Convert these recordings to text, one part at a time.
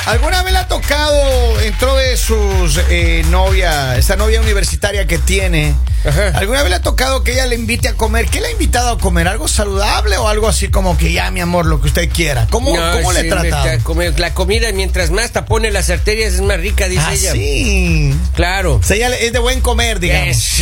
¿Alguna vez le ha tocado, entró de sus novia, esa novia universitaria que tiene? Ajá. ¿Alguna vez le ha tocado que ella le invite a comer? ¿Qué le ha invitado a comer? ¿Algo saludable o algo así como que ya, mi amor, lo que usted quiera? ¿Cómo le sí, trata? La comida, mientras más tapone las arterias, es más rica, dice ella. Sí. Claro. O sea, ella es de buen comer, digamos.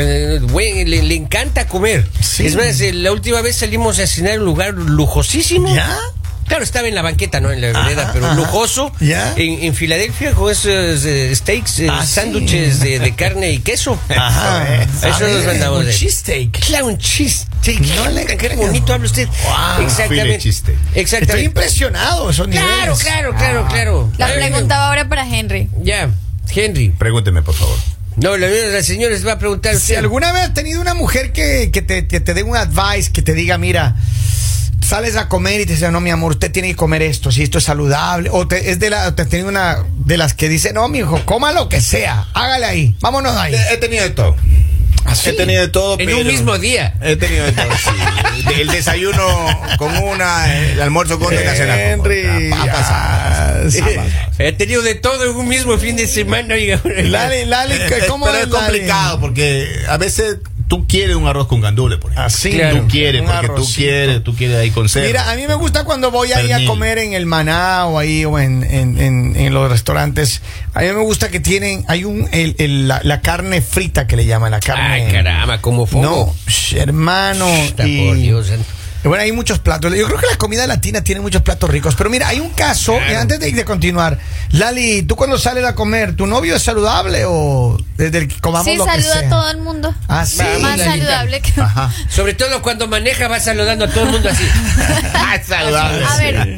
Le encanta comer. Sí. Es más, la última vez salimos a cenar en un lugar lujosísimo. ¿Ya? Claro, estaba en la banqueta, no en la vereda, Ajá, pero ajá. lujoso. ¿Ya? En Filadelfia, con esos steaks, Sí. sándwiches de carne y queso. Ajá. Eso nos mandamos. Un cheesesteak. Claro, un cheesesteak. No le Qué creo. bonito habla usted. Wow. Exactamente. cheesesteak. Estoy Exactamente. impresionado, esos niveles. Claro. La pregunta va ahora para Henry. Ya, Henry. Pregúnteme, por favor. No, la señora les va a preguntar. Si usted. alguna vez has tenido una mujer que te dé un advice, que te diga, mira, sales a comer y te dice, no, mi amor, usted tiene que comer esto, si esto es saludable, o te has tenido una de las que dice, no, mi hijo, coma lo que sea, hágale ahí, vámonos ahí. He tenido de todo. ¿Así? He tenido de todo, En pero un mismo día. He tenido de todo, sí. El desayuno con una, el almuerzo con otra y la cena con Henry, otra. Ha pasado. sí. He tenido de todo en un mismo fin de semana. Oiga. Lali, ¿cómo Pero es Lali? complicado porque a veces tú quieres un arroz con gandules, por ejemplo. Así, Claro. Tú quieres, un porque arrocito. tú quieres ahí con cerdo. Mira, a mí me gusta cuando voy ahí a Pernil. comer en el Maná o ahí o en los restaurantes. A mí me gusta que tienen, hay la carne frita que le llaman, la carne. Ay, caramba, como fuego. No, hermano. Está por Dios. Bueno, hay muchos platos. Yo creo que la comida latina tiene muchos platos ricos. Pero mira, hay un caso, Claro. antes de continuar. Lali, ¿tú cuando sales a comer, tu novio es saludable o desde el que comamos Sí, lo que saluda sea? a todo el mundo. Ah, sí. Vamos, Más Lalita. saludable que... Ajá. Sobre todo cuando maneja, va saludando a todo el mundo así. Saludable. A ver,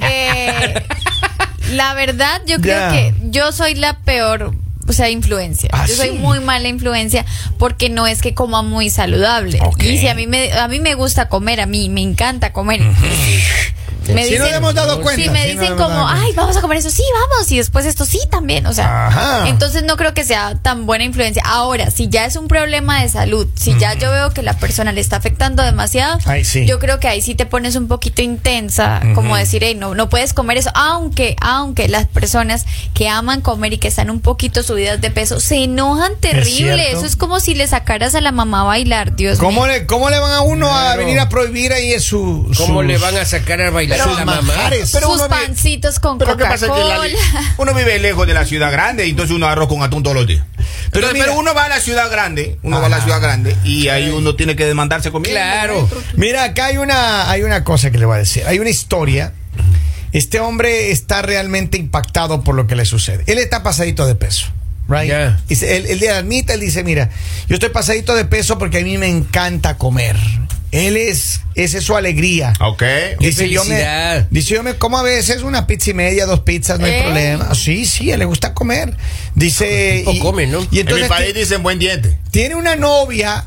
la verdad, yo creo Ya. que yo soy la peor, o sea, influencia. Ah, Yo soy sí. muy mala influencia porque no es que coma muy saludable. Ok. Y si a mí me gusta comer, a mí me encanta comer. Me Sí nos hemos dado cuenta, sí, me sí dicen nos hemos como, dado cuenta. ay, vamos a comer eso, sí, vamos, y después esto sí también, o sea, Ajá. entonces no creo que sea tan buena influencia. Ahora, si ya es un problema de salud, si ya yo veo que la persona le está afectando demasiado, Ay, sí. yo creo que ahí sí te pones un poquito intensa, como decir, hey, no puedes comer eso, aunque las personas que aman comer y que están un poquito subidas de peso se enojan terrible. cierto. Eso es como si le sacaras a la mamá a bailar, Dios ¿Cómo mío. le van a uno a Claro. venir a prohibir ahí su ¿Cómo sus- le van a sacar a bailar Pero a la mamá? manjares. Pero Sus uno vive- pancitos con Pero ¿qué pasa? Que Coca-Cola. uno vive lejos de la ciudad grande y entonces uno arroz con atún todos los días. Pero, mira- uno va a la ciudad grande, y ahí uno tiene que demandarse comida. Claro. Mira, acá hay una cosa que le voy a decir. Hay una historia. Este hombre está realmente impactado por lo que le sucede. Él está pasadito de peso. Right? Ya. Dice, él admite, él dice, mira, yo estoy pasadito de peso porque a mí me encanta comer. Esa es su alegría. Ok. Qué felicidad. Yo me como a veces una pizza y media, 2 pizzas, no hay problema. Sí, a él le gusta comer. Dice. El tipo come, ¿no? Y En mi entonces país dicen buen diente. tiene una novia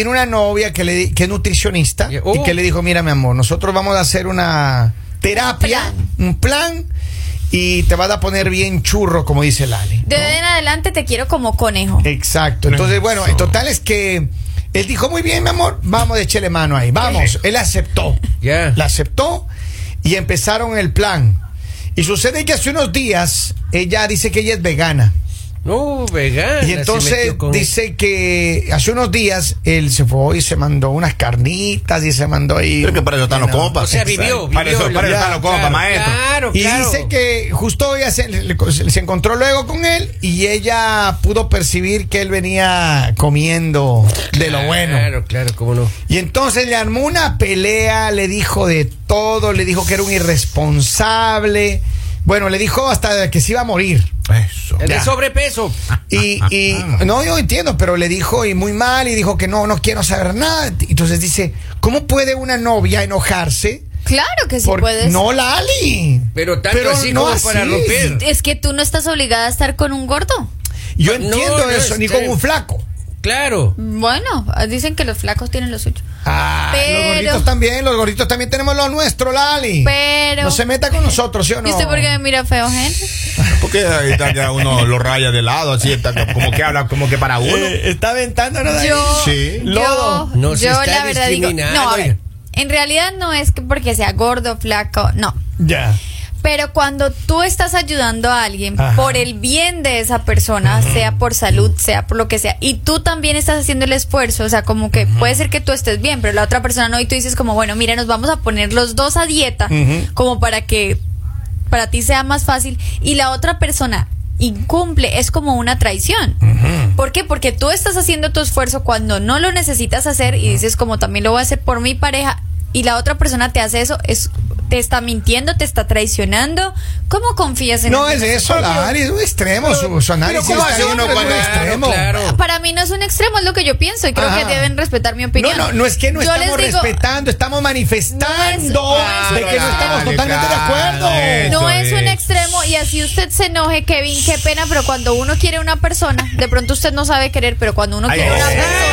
que es nutricionista Oh. y que le dijo, mira, mi amor, nosotros vamos a hacer una terapia, un plan, y te vas a poner bien churro, como dice Lali. De hoy en adelante te quiero como conejo. Exacto. Entonces, bueno, en total es que él dijo, muy bien, mi amor, vamos, échele mano ahí, vamos. Él aceptó. Ya. La aceptó y empezaron el plan. Y sucede que hace unos días ella dice que ella es vegana. No, vegana. Y entonces dice que hace unos días él se fue y se mandó unas carnitas y se mandó ahí. Creo que para eso están los compas. O sea, vivió. Para eso están los compas, maestro. Claro, Y claro. dice que justo ella se encontró luego con él y ella pudo percibir que él venía comiendo de lo bueno. Claro, cómo no. Y entonces le armó una pelea, le dijo de todo, le dijo que era un irresponsable. Bueno, le dijo hasta que se iba a morir. Eso. El de Ya. sobrepeso. Y no, yo entiendo, pero le dijo y muy mal y dijo que no quiero saber nada. Entonces dice, ¿cómo puede una novia enojarse? Claro que sí Por- puedes. No, Lali. Pero tanto así como para romper. Es que tú no estás obligada a estar con un gordo. Yo No, entiendo no, eso, ni está con un flaco. Claro. Bueno, dicen que los flacos tienen lo suyo. Pero- Los gorditos también tenemos lo nuestro, Lali. Pero- No se meta con nosotros, ¿sí o no? ¿Y usted por qué me mira feo, Henry? Porque ahí está ya uno lo raya de lado, así está como que habla como que para uno. Está aventándonos de ahí. Sí. Lodo. No se yo está la verdad digo, discriminando, no, a oiga. ver, en realidad no es que porque sea gordo, flaco, no. Ya. Pero cuando tú estás ayudando a alguien Ajá. por el bien de esa persona, sea por salud, sea por lo que sea, y tú también estás haciendo el esfuerzo, o sea, como que puede ser que tú estés bien, pero la otra persona no, y tú dices como, bueno, mira, nos vamos a poner los dos a dieta, como para que para ti sea más fácil, y la otra persona incumple, es como una traición. ¿Por qué? Porque tú estás haciendo tu esfuerzo cuando no lo necesitas hacer y dices como también lo voy a hacer por mi pareja, y la otra persona te hace eso, te está mintiendo, te está traicionando. ¿Cómo confías en No él? es eso, Lari, es un extremo. Su análisis ¿cómo está hace bien, uno pero es cuando- un extremo. Claro. Para mí no es un extremo, es lo que yo pienso y creo Ajá. que deben respetar mi opinión. No es que no Yo estamos les digo, respetando, estamos manifestando No es- de que no estamos Claro, totalmente de acuerdo. eso no es un es. extremo y así usted se enoje, Kevin, qué pena, pero cuando uno quiere una persona, de pronto usted no sabe querer, pero cuando uno quiere una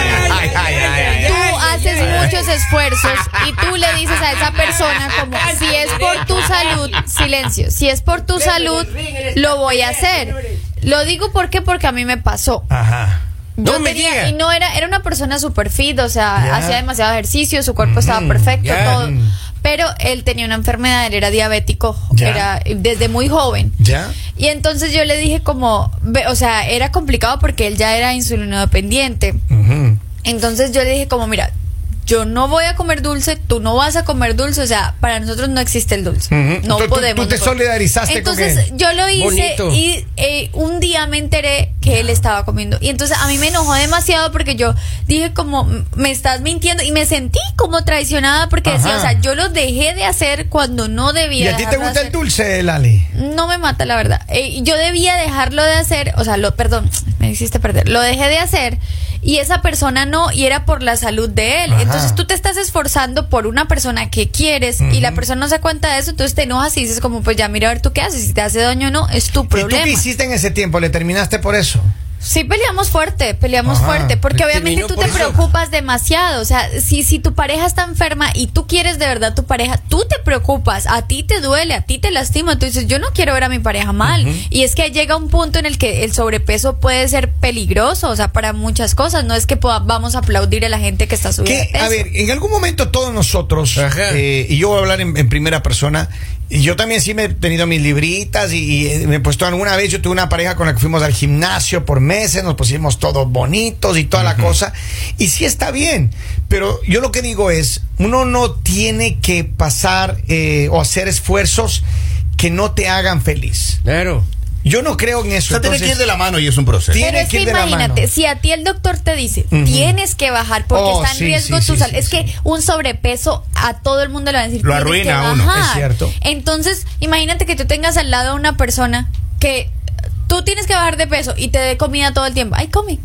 persona, tú haces muchos esfuerzos y tú le dices a esa persona como, si es por tu salud, silencio, si es por tu salud, lo voy a hacer. Lo digo porque a mí me pasó. Ajá. No me diga. Y no era una persona super fit, o sea, Ya. hacía demasiado ejercicio, su cuerpo estaba perfecto, ya. todo. Pero él tenía una enfermedad, él era diabético, Ya. era desde muy joven. ¿Ya? Y entonces yo le dije como, o sea, era complicado porque él ya era insulinodependiente. Ujú. Entonces yo le dije como, mira, yo no voy a comer dulce, tú no vas a comer dulce, o sea, para nosotros no existe el dulce. Ujú. No Tú- podemos. tú te nosotros. solidarizaste con Entonces él. yo lo hice Bonito. y un día me enteré que él estaba comiendo. Y entonces a mí me enojó demasiado porque yo dije como, me estás mintiendo y me sentí como traicionada porque decía, Ajá. o sea, yo lo dejé de hacer cuando no debía. ¿Y a ti te dejarlo de gusta el hacer. dulce, Lali? No me mata, la verdad. Yo debía dejarlo de hacer, o sea, perdón, me hiciste perder. Lo dejé de hacer y esa persona no, y era por la salud de él. Ajá. Entonces tú te estás esforzando por una persona que quieres y la persona no se da cuenta de eso, entonces te enojas y dices como, pues ya mira a ver tú qué haces, si te hace daño o no, es tu ¿Y tú problema. qué hiciste en ese tiempo? ¿Le terminaste por eso? Sí, peleamos Ajá. fuerte, porque Terminó obviamente tú por te eso. preocupas demasiado, o sea, si tu pareja está enferma y tú quieres de verdad tu pareja, tú te preocupas, a ti te duele, a ti te lastima, tú dices, yo no quiero ver a mi pareja mal, y es que llega un punto en el que el sobrepeso puede ser peligroso, o sea, para muchas cosas, no es que vamos a aplaudir a la gente que está subiendo de Que, peso. a ver, en algún momento todos nosotros, Ajá. y yo voy a hablar en primera persona, y yo también sí me he tenido mis libritas y me he puesto alguna vez, yo tuve una pareja con la que fuimos al gimnasio por meses, nos pusimos todos bonitos y toda la cosa, y sí está bien, pero yo lo que digo es, uno no tiene que pasar o hacer esfuerzos que no te hagan feliz. Claro. Yo no creo en O eso. sea, tiene que ir entonces- de la mano y es un proceso. Tiene Pero es que que ir de la imagínate, mano. si a ti el doctor te dice, Ujú. tienes que bajar porque Oh, está en sí, riesgo sí, tu sí, salud. sí, Es sí. que un sobrepeso a todo el mundo le va a decir, Lo tienes arruina que a uno, bajar. es cierto. Entonces, imagínate que tú tengas al lado a una persona que tú tienes que bajar de peso y te dé comida todo el tiempo. Ay, come.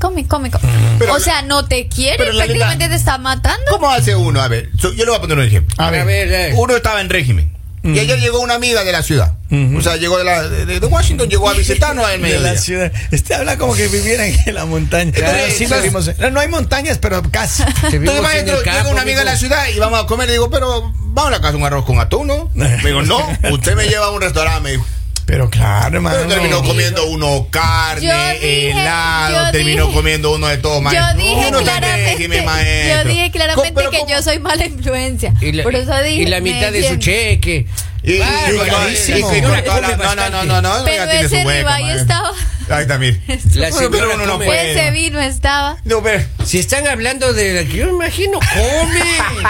Pero o sea, no te quiere, pero la prácticamente verdad- te está matando. ¿Cómo hace uno? A ver, yo le voy a poner un ejemplo. A ver. Uno estaba en régimen. Y ayer llegó una amiga de la ciudad. O sea, llegó de Washington, llegó a visitarnos en De la mediodía. ciudad. Usted habla como que viviera en la montaña. Claro, Pero sí claro. vivimos no hay montañas, pero casi. Que vivimos Entonces, maestro, en el llega campo, una amiga de la mijo. ciudad y vamos a comer. Le digo, pero vamos a la casa un arroz con atún, ¿no? Me digo, no, usted me lleva a un restaurante. Me dijo, Pero claro, hermano. pero terminó comiendo uno carne, Yo dije- helado, yo terminó dije- comiendo uno de todo, maestro. Yo dije Uno está en claramente, régimen, maestro. yo dije claramente Pero que ¿cómo? yo soy mala influencia. Y la, Por eso dije, y la me mitad de su defiendo. cheque. Y carísimo. y Come toda la- bastante. no, Pero ya tiene su ese hueco, ribeye maestro. estaba, Ahí está, mire. La Pero señora uno no come. puede. ese vino estaba. No, pero. Si están hablando de la que yo imagino, come.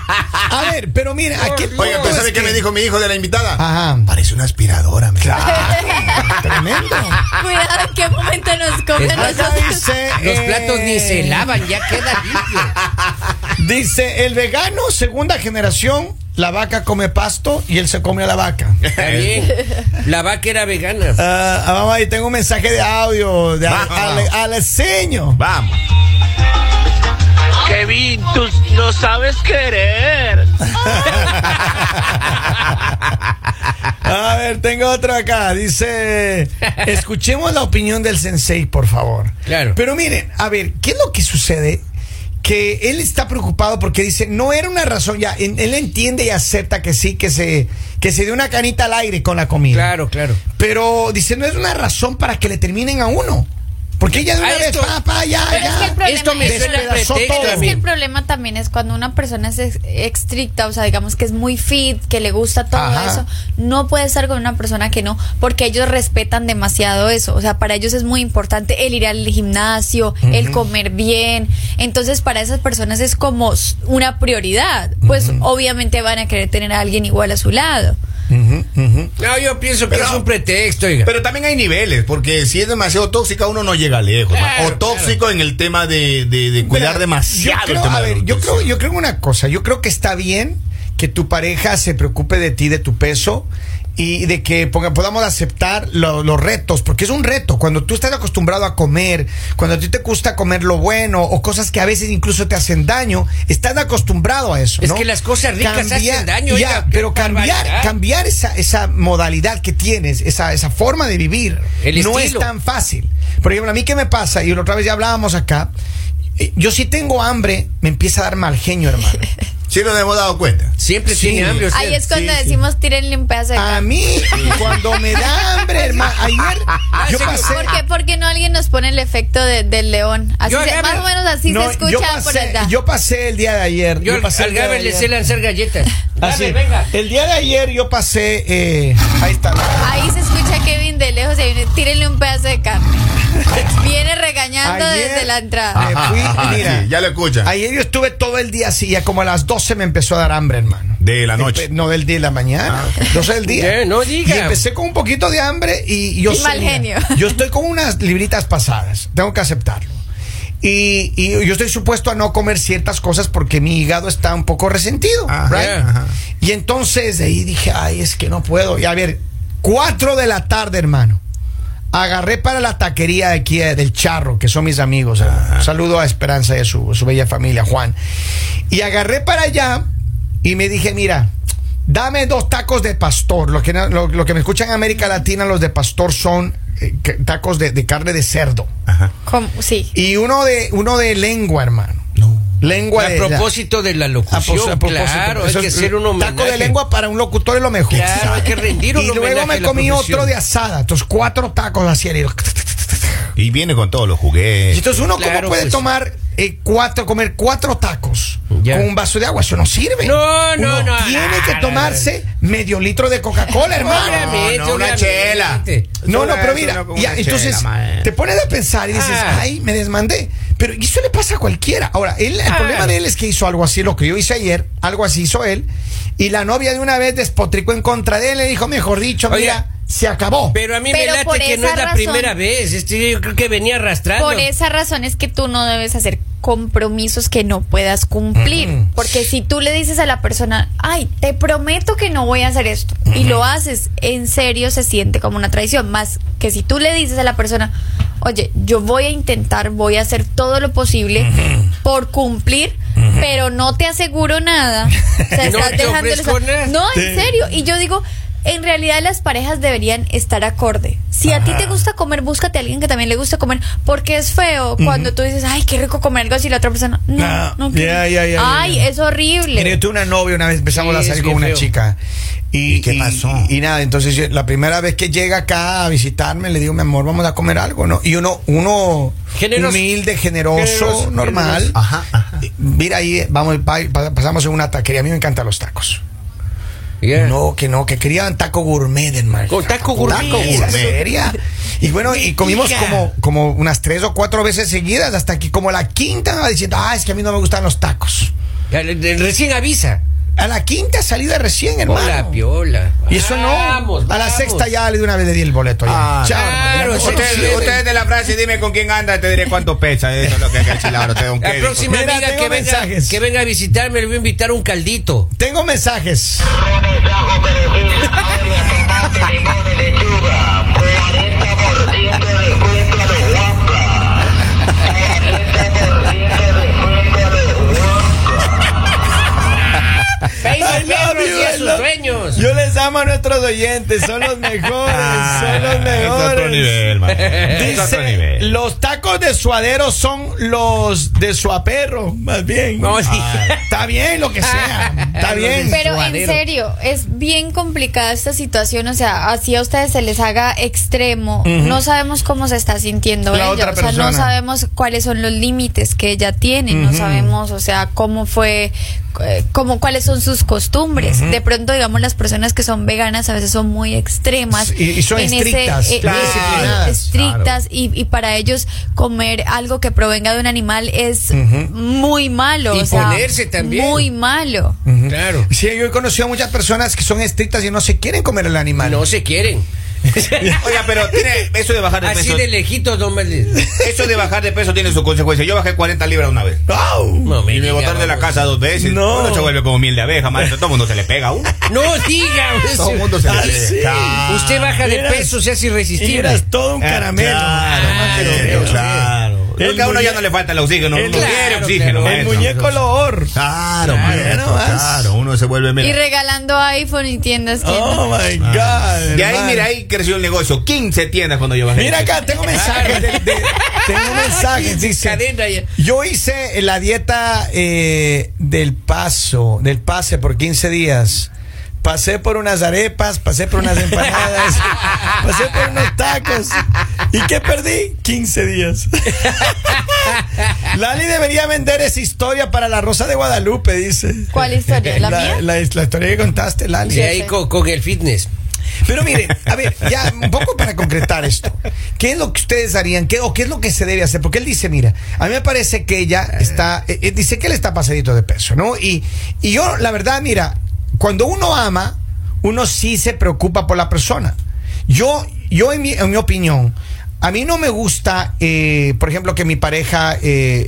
A ver, pero mira, aquí. Oiga, ¿tú es sabes qué me dijo mi hijo de la invitada? Ajá. Parece una aspiradora, me dijo. Tremendo. Cuidado en qué momento nos comen Es más, Acá nosotros. dice, Los platos ni se lavan, ya queda limpio. dice, el vegano, segunda generación, la vaca come pasto y él se come a la vaca. Está bien. La vaca era vegana. Vamos ahí, tengo un mensaje de audio de Vamos. Aleceño. Vamos. Kevin, tú no sabes querer. A ver, tengo otro acá. Dice, escuchemos la opinión del sensei, por favor. Claro. Pero miren, a ver, ¿qué es lo que sucede? Que él está preocupado porque dice, no era una razón ya, él entiende y acepta que sí, que se dio una canita al aire con la comida. Claro, claro. Pero dice, no es una razón para que le terminen a uno. Porque ella de una vez, esto- ya. Pero es que el problema Esto me es- suena despedazó pretexto todo. a Es mí. que el problema también es cuando una persona es estricta, o sea, digamos que es muy fit, que le gusta todo Ajá. eso, no puede estar con una persona que no, porque ellos respetan demasiado eso, o sea, para ellos es muy importante el ir al gimnasio, el comer bien, entonces para esas personas es como una prioridad, pues obviamente van a querer tener a alguien igual a su lado. No, yo pienso que Pero- es un pretexto, oiga. Pero también hay niveles, porque si es demasiado tóxica uno no llega lejos. Claro, O tóxico en el tema de cuidar Mira, demasiado yo creo, el tema a de la ver, yo nutrición. creo una cosa. Yo creo que está bien que tu pareja se preocupe de ti, de tu peso y de que podamos aceptar los retos, porque es un reto. Cuando tú estás acostumbrado a comer, cuando a ti te gusta comer lo bueno o cosas que a veces incluso te hacen daño, estás acostumbrado a eso. Es ¿no? que las cosas ricas hacen daño, Ya, oiga, qué pero barbaridad. cambiar esa modalidad que tienes, esa forma de vivir, El no estilo. es tan fácil. Por ejemplo, a mí qué me pasa, y la otra vez ya hablábamos acá, yo si tengo hambre, me empieza a dar mal genio, hermano. Sí nos hemos dado cuenta. Siempre Sí. tiene hambre. Ahí es cuando sí. decimos tírenle un pedazo de A carne. mí, cuando me da hambre, hermano, ayer yo sí, pasé... ¿Por qué no alguien nos pone el efecto del león? Así Yo se- agarro- más o menos así No, se escucha yo por pasé, acá. yo pasé el día de ayer. Yo pasé al el día de Gaber le ayer. sé lanzar galletas. Así, Gaber, venga. el día de ayer yo pasé, ahí está. Ahí se escucha a Kevin de lejos y viene, tírenle un pedazo de carne. Viene regañando Ayer- desde la entrada. Me fui, mira, sí, ya lo escuchan. ayer yo estuve todo el día así, ya como a las 12 me empezó a dar hambre, hermano. De la noche. No, del día de la mañana, 12 del día. Ya, no diga. Y empecé con un poquito de hambre y yo Y sé, mal mira, genio. yo estoy con unas libritas pasadas, tengo que aceptarlo. Y yo estoy supuesto a no comer ciertas cosas porque mi hígado está un poco resentido. Ajá, right? ajá. Y entonces de ahí dije, ay, es que no puedo. Y a ver, 4 de la tarde, hermano. Agarré para la taquería de aquí del Charro, que son mis amigos. Un saludo a Esperanza y a su bella familia, Juan. Y agarré para allá y me dije, mira, dame 2 tacos de pastor. Lo que me escuchan en América Latina, los de pastor son tacos de carne de cerdo. Ajá. Sí. Y uno de lengua, hermano. Lengua A de... propósito de la locución, a propósito, claro, eso hay que es- hacer un homenaje. Taco de lengua para un locutor es lo mejor. Claro, hay que rendir un Y luego homenaje me a la comí profesión. otro de asada. Entonces 4 tacos así. Y viene con todos los Y juguetes. entonces uno Claro, cómo puede pues. tomar comer 4 tacos Ya. con un vaso de agua. Eso no sirve. No, Uno no, tiene que no, tomarse medio litro de Coca-Cola, hermano. Obviamente, no, una obviamente. chela. No, pero Eso mira, no con ya, una entonces chela, man. te pones a pensar y dices, Ah. ay, me desmandé. Pero eso le pasa a cualquiera. Ahora, el problema de él es que hizo algo así, lo que yo hice ayer, algo así hizo él, y la novia de una vez despotricó en contra de él, le dijo, mejor dicho, Oiga, mira, se acabó. Pero a mí Pero me por late que no esa es la razón- primera vez. Yo creo que venía arrastrando. Por esa razón es que tú no debes hacer compromisos que no puedas cumplir. Porque si tú le dices a la persona, ay, te prometo que no voy a hacer esto, y lo haces, en serio se siente como una traición. Más que si tú le dices a la persona, oye, yo voy a intentar, voy a hacer todo lo posible por cumplir, pero no te aseguro nada. O sea, No estás te dejándole ofrezco nada. No, en serio. Y yo digo, en realidad las parejas deberían estar acorde. Si a ti te gusta comer, búscate a alguien que también le guste comer, porque es feo cuando tú dices, ay, qué rico comer algo así, y la otra persona, no quiero. Ya. Ay, es horrible. Mira, yo tuve una novia una vez, empezamos Sí, a es salir con bien una feo. chica. ¿Y qué pasó? Y nada, entonces la primera vez que llega acá a visitarme, le digo, mi amor, vamos a comer algo, ¿no? Y uno Generoso. humilde, generoso, normal. generoso. Ajá. Mira ahí, pasamos en una taquería. A mí me encantan los tacos. Yeah. No, que querían taco gourmet, hermano. Con taco gourmet. Taco gourmet. Y bueno, y comimos como unas 3 o 4 veces seguidas, hasta que como la quinta va diciendo, es que a mí no me gustan los tacos. Recién avisa. A la quinta salida recién, hermano. Hola, piola. Y eso no. Vamos, a la vamos. sexta ya de una vez le di el boleto. Ya. Chao, claro, hermano. sí, Mira, Ustedes de la frase, dime con quién anda, te diré cuánto pesa. Eso es lo que hay que decirle ahora a usted, don La Kevin. próxima Mira, amiga tengo mensajes. que venga a visitarme le voy a invitar un caldito. Tengo mensajes. Peino el perro y a sus dueños. queremos. Yo les amo a nuestros oyentes, son los mejores, son los Es mejores. otro nivel, man. Es otro Dice, nivel. los tacos de suadero son los de suaperro, más bien. No, sí. Está bien lo que sea, está bien. Pero en Suadero. serio, es bien complicada esta situación, o sea, así a ustedes se les haga extremo, no sabemos cómo se está sintiendo La ella, otra o sea, persona. no sabemos cuáles son los límites que ella tiene, no sabemos, o sea, cómo fue, cuáles son sus costumbres. De pronto, digamos, las personas que son veganas a veces son muy extremas Y son estrictas, claro. disciplinadas. estrictas y para ellos comer algo que provenga de un animal es muy malo, Y o sea, ponerse también. muy malo. Claro. Sí, yo he conocido a muchas personas que son estrictas y no se quieren comer el animal. No se quieren. Oiga, pero tiene eso de bajar de Así peso. de lejitos, no más. Eso de bajar de peso tiene su consecuencia. Yo bajé 40 libras una vez. ¡Au! No Y me diga, botaron de la vamos. casa 2 veces. No. Uno se vuelve como miel de abeja, maestro. Todo el mundo se le pega a uno. No diga. Todo el mundo se le Ah, pega. sí. Claro. Usted baja de Eras- peso, se hace irresistible. Eras todo un caramelo. Claro. El Porque a uno ya muñe- no le falta el oxígeno. Uno Claro, quiere oxígeno, claro. El maestro. muñeco loor. Claro, Claro, maestro. nomás. Claro, uno se vuelve Y mira. regalando iPhone y tiendas que Oh my God. Y ahí, hermano. mira, ahí creció el negocio. 15 tiendas cuando yo bajé. Mira acá, tengo mensajes. Tengo mensajes. Dice, Cadena ya. yo hice la dieta del pase por 15 días. Pasé por unas arepas, pasé por unas empanadas, pasé por unos tacos. ¿Y qué perdí? 15 días. Lali debería vender esa historia para la Rosa de Guadalupe, dice. ¿Cuál historia? ¿La mía? La historia que contaste, Lali. Sí, ahí con el fitness. Pero miren, a ver, ya un poco para concretar esto. ¿Qué es lo que ustedes harían? ¿Qué es lo que se debe hacer? Porque él dice, mira, a mí me parece que ella está, dice que él está pasadito de peso, ¿no? Y yo, la verdad, mira, cuando uno ama, uno sí se preocupa por la persona. Yo en mi opinión, a mí no me gusta, por ejemplo, que mi pareja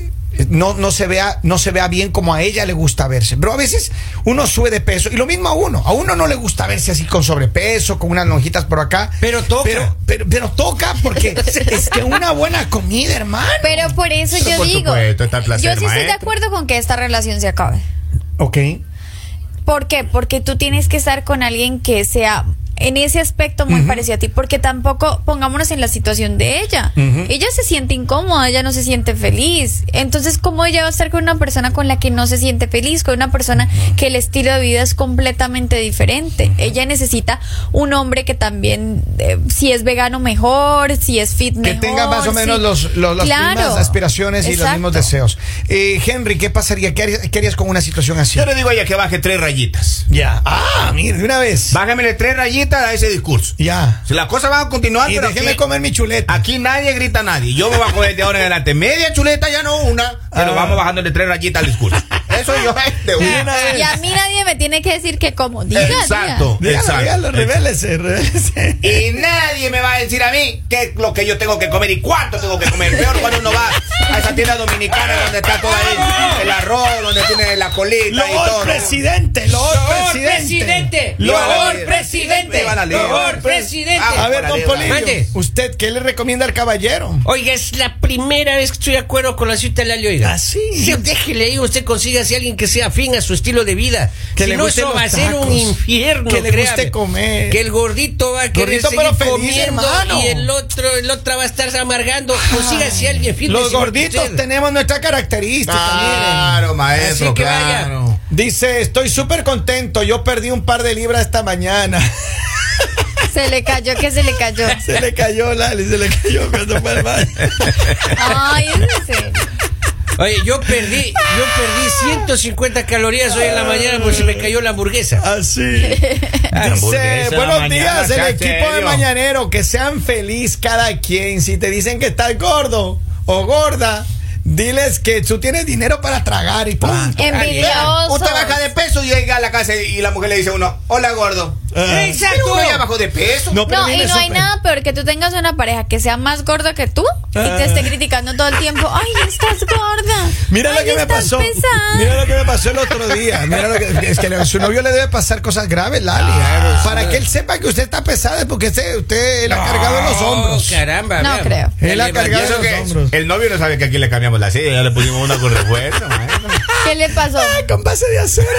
no se vea bien como a ella le gusta verse. Pero a veces uno sube de peso y lo mismo a uno no le gusta verse así con sobrepeso, con unas lonjitas por acá. Pero toca. Pero toca porque es que una buena comida, hermano. Pero por eso Pero yo por digo, supuesto, está el placer, yo sí estoy de maestro. acuerdo con que esta relación se acabe. Ok. ¿Por qué? Porque tú tienes que estar con alguien que sea en ese aspecto muy parecido a ti, porque tampoco pongámonos en la situación de ella. Ella se siente incómoda, ella no se siente feliz. Entonces, ¿cómo ella va a estar con una persona con la que no se siente feliz, con una persona que el estilo de vida es completamente diferente? Ella necesita un hombre que también, si es vegano mejor, si es fit Que mejor. tenga más o menos las Claro. mismas aspiraciones y los Exacto. mismos deseos. Henry, ¿qué pasaría? ¿Qué harías con una situación así? Yo le digo a ella que baje 3 rayitas. Ya. Ah, mire, de una vez. Bájamele 3 rayitas a ese discurso. Ya. Si las cosas van a continuar, Y pero déjeme aquí, comer mi chuleta. aquí nadie grita a nadie. Yo me voy a comer de ahora en adelante media chuleta, ya no una, pero vamos bajándole 3 rayitas al discurso. Eso yo de De una. una vez. Y a mí nadie me tiene que decir que como. Diga, Exacto. diga. Dígalo, dígalo, revélese. Y nadie me va a decir a mí qué es lo que yo tengo que comer y cuánto tengo que comer. Peor cuando uno va a esa tienda dominicana donde está todo ahí, el arroz, donde tiene la colita y Lord todo. presidente, Lord presidente. Lord presidente. Viva la liga. Lord presidente. A ver, don Polillo, Mande. ¿usted qué le recomienda al caballero? Oiga, es la primera vez que estoy de acuerdo con la cita de Lali, oiga. ¿Ah, sí? Sí, déjele ahí, usted consiga a alguien que sea afín a su estilo de vida. Que Si le no, gusten eso va a los ser tacos, un infierno, que le créame. guste comer. Que el gordito va a querer Gordito, seguir pero feliz, comiendo hermano. y el otro va a estar amargando. Consígase a alguien firme. Los igual que gorditos usted. tenemos nuestra característica, Claro, maestro, Así que claro. miren. Dice, estoy súper contento, yo perdí un par de libras esta mañana. Se le cayó, que se le cayó. Se le cayó, Lali, se le cayó cuando fue al baño. Ay, en serio. Oye, yo perdí 150 calorías hoy en la mañana porque se me cayó la hamburguesa. Así. Hamburguesa Dice, en la buenos mañana, días, el sea equipo de serio. Mañanero, que sean feliz cada quien. Si te dicen que estás gordo o gorda, diles que tú tienes dinero para tragar y punto. Envidiosos. Usted baja de peso y llega a la casa y la mujer le dice a uno, hola gordo. Exacto. Pero uno ya bajó de peso. pero No, y viene no hay súper. nada peor que tú tengas una pareja que sea más gorda que tú y te esté criticando todo el tiempo. Ay, estás gorda. Mira Ay, lo que me estás pasó. pesada. Mira lo que me pasó pasó el otro día. Mira es que a su novio le debe pasar cosas graves, Lali. Claro, para sí. que él sepa que usted está pesada es porque usted la ha cargado en los hombros. Caramba. No vea. creo. Él ha cargado Eso en que los hombros. el novio no sabe que aquí le cambiamos la silla, ya le pusimos una con refuerzo. ¿Qué le pasó? Con base de acero.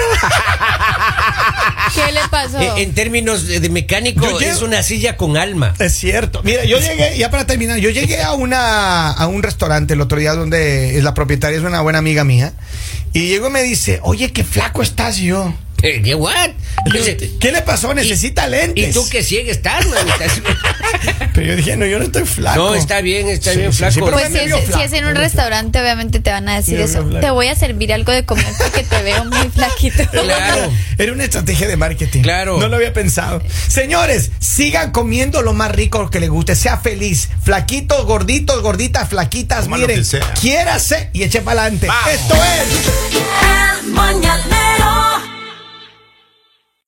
¿Qué le pasó? En términos de mecánico, Yo llego- es una silla con alma. Es cierto. Mira, yo llegué, ya para terminar, yo llegué a un restaurante el otro día donde la propietaria es una buena amiga mía. Y llegó y me dice, oye, qué flaco estás. Y yo. ¿Qué what? Entonces, ¿Qué le pasó? Necesita lentes. ¿Y tú qué ciega estás, man? Pero yo dije, no, yo no estoy flaco. No, está bien, Sí, flaco. pero Pues me si vio es, flaco, si es en un me vio restaurante, obviamente te van a decir Me eso. vio flaco. Te voy a servir algo de comer porque te veo muy flaquito. Claro. Era una estrategia de marketing. Claro. No lo había pensado. Señores, sigan comiendo lo más rico que les guste. Sea feliz. Flaquitos, gorditos, gorditas, flaquitas. Coma lo Miren, que sea. quiérase y eche para adelante. Vamos. Esto es. El mañanero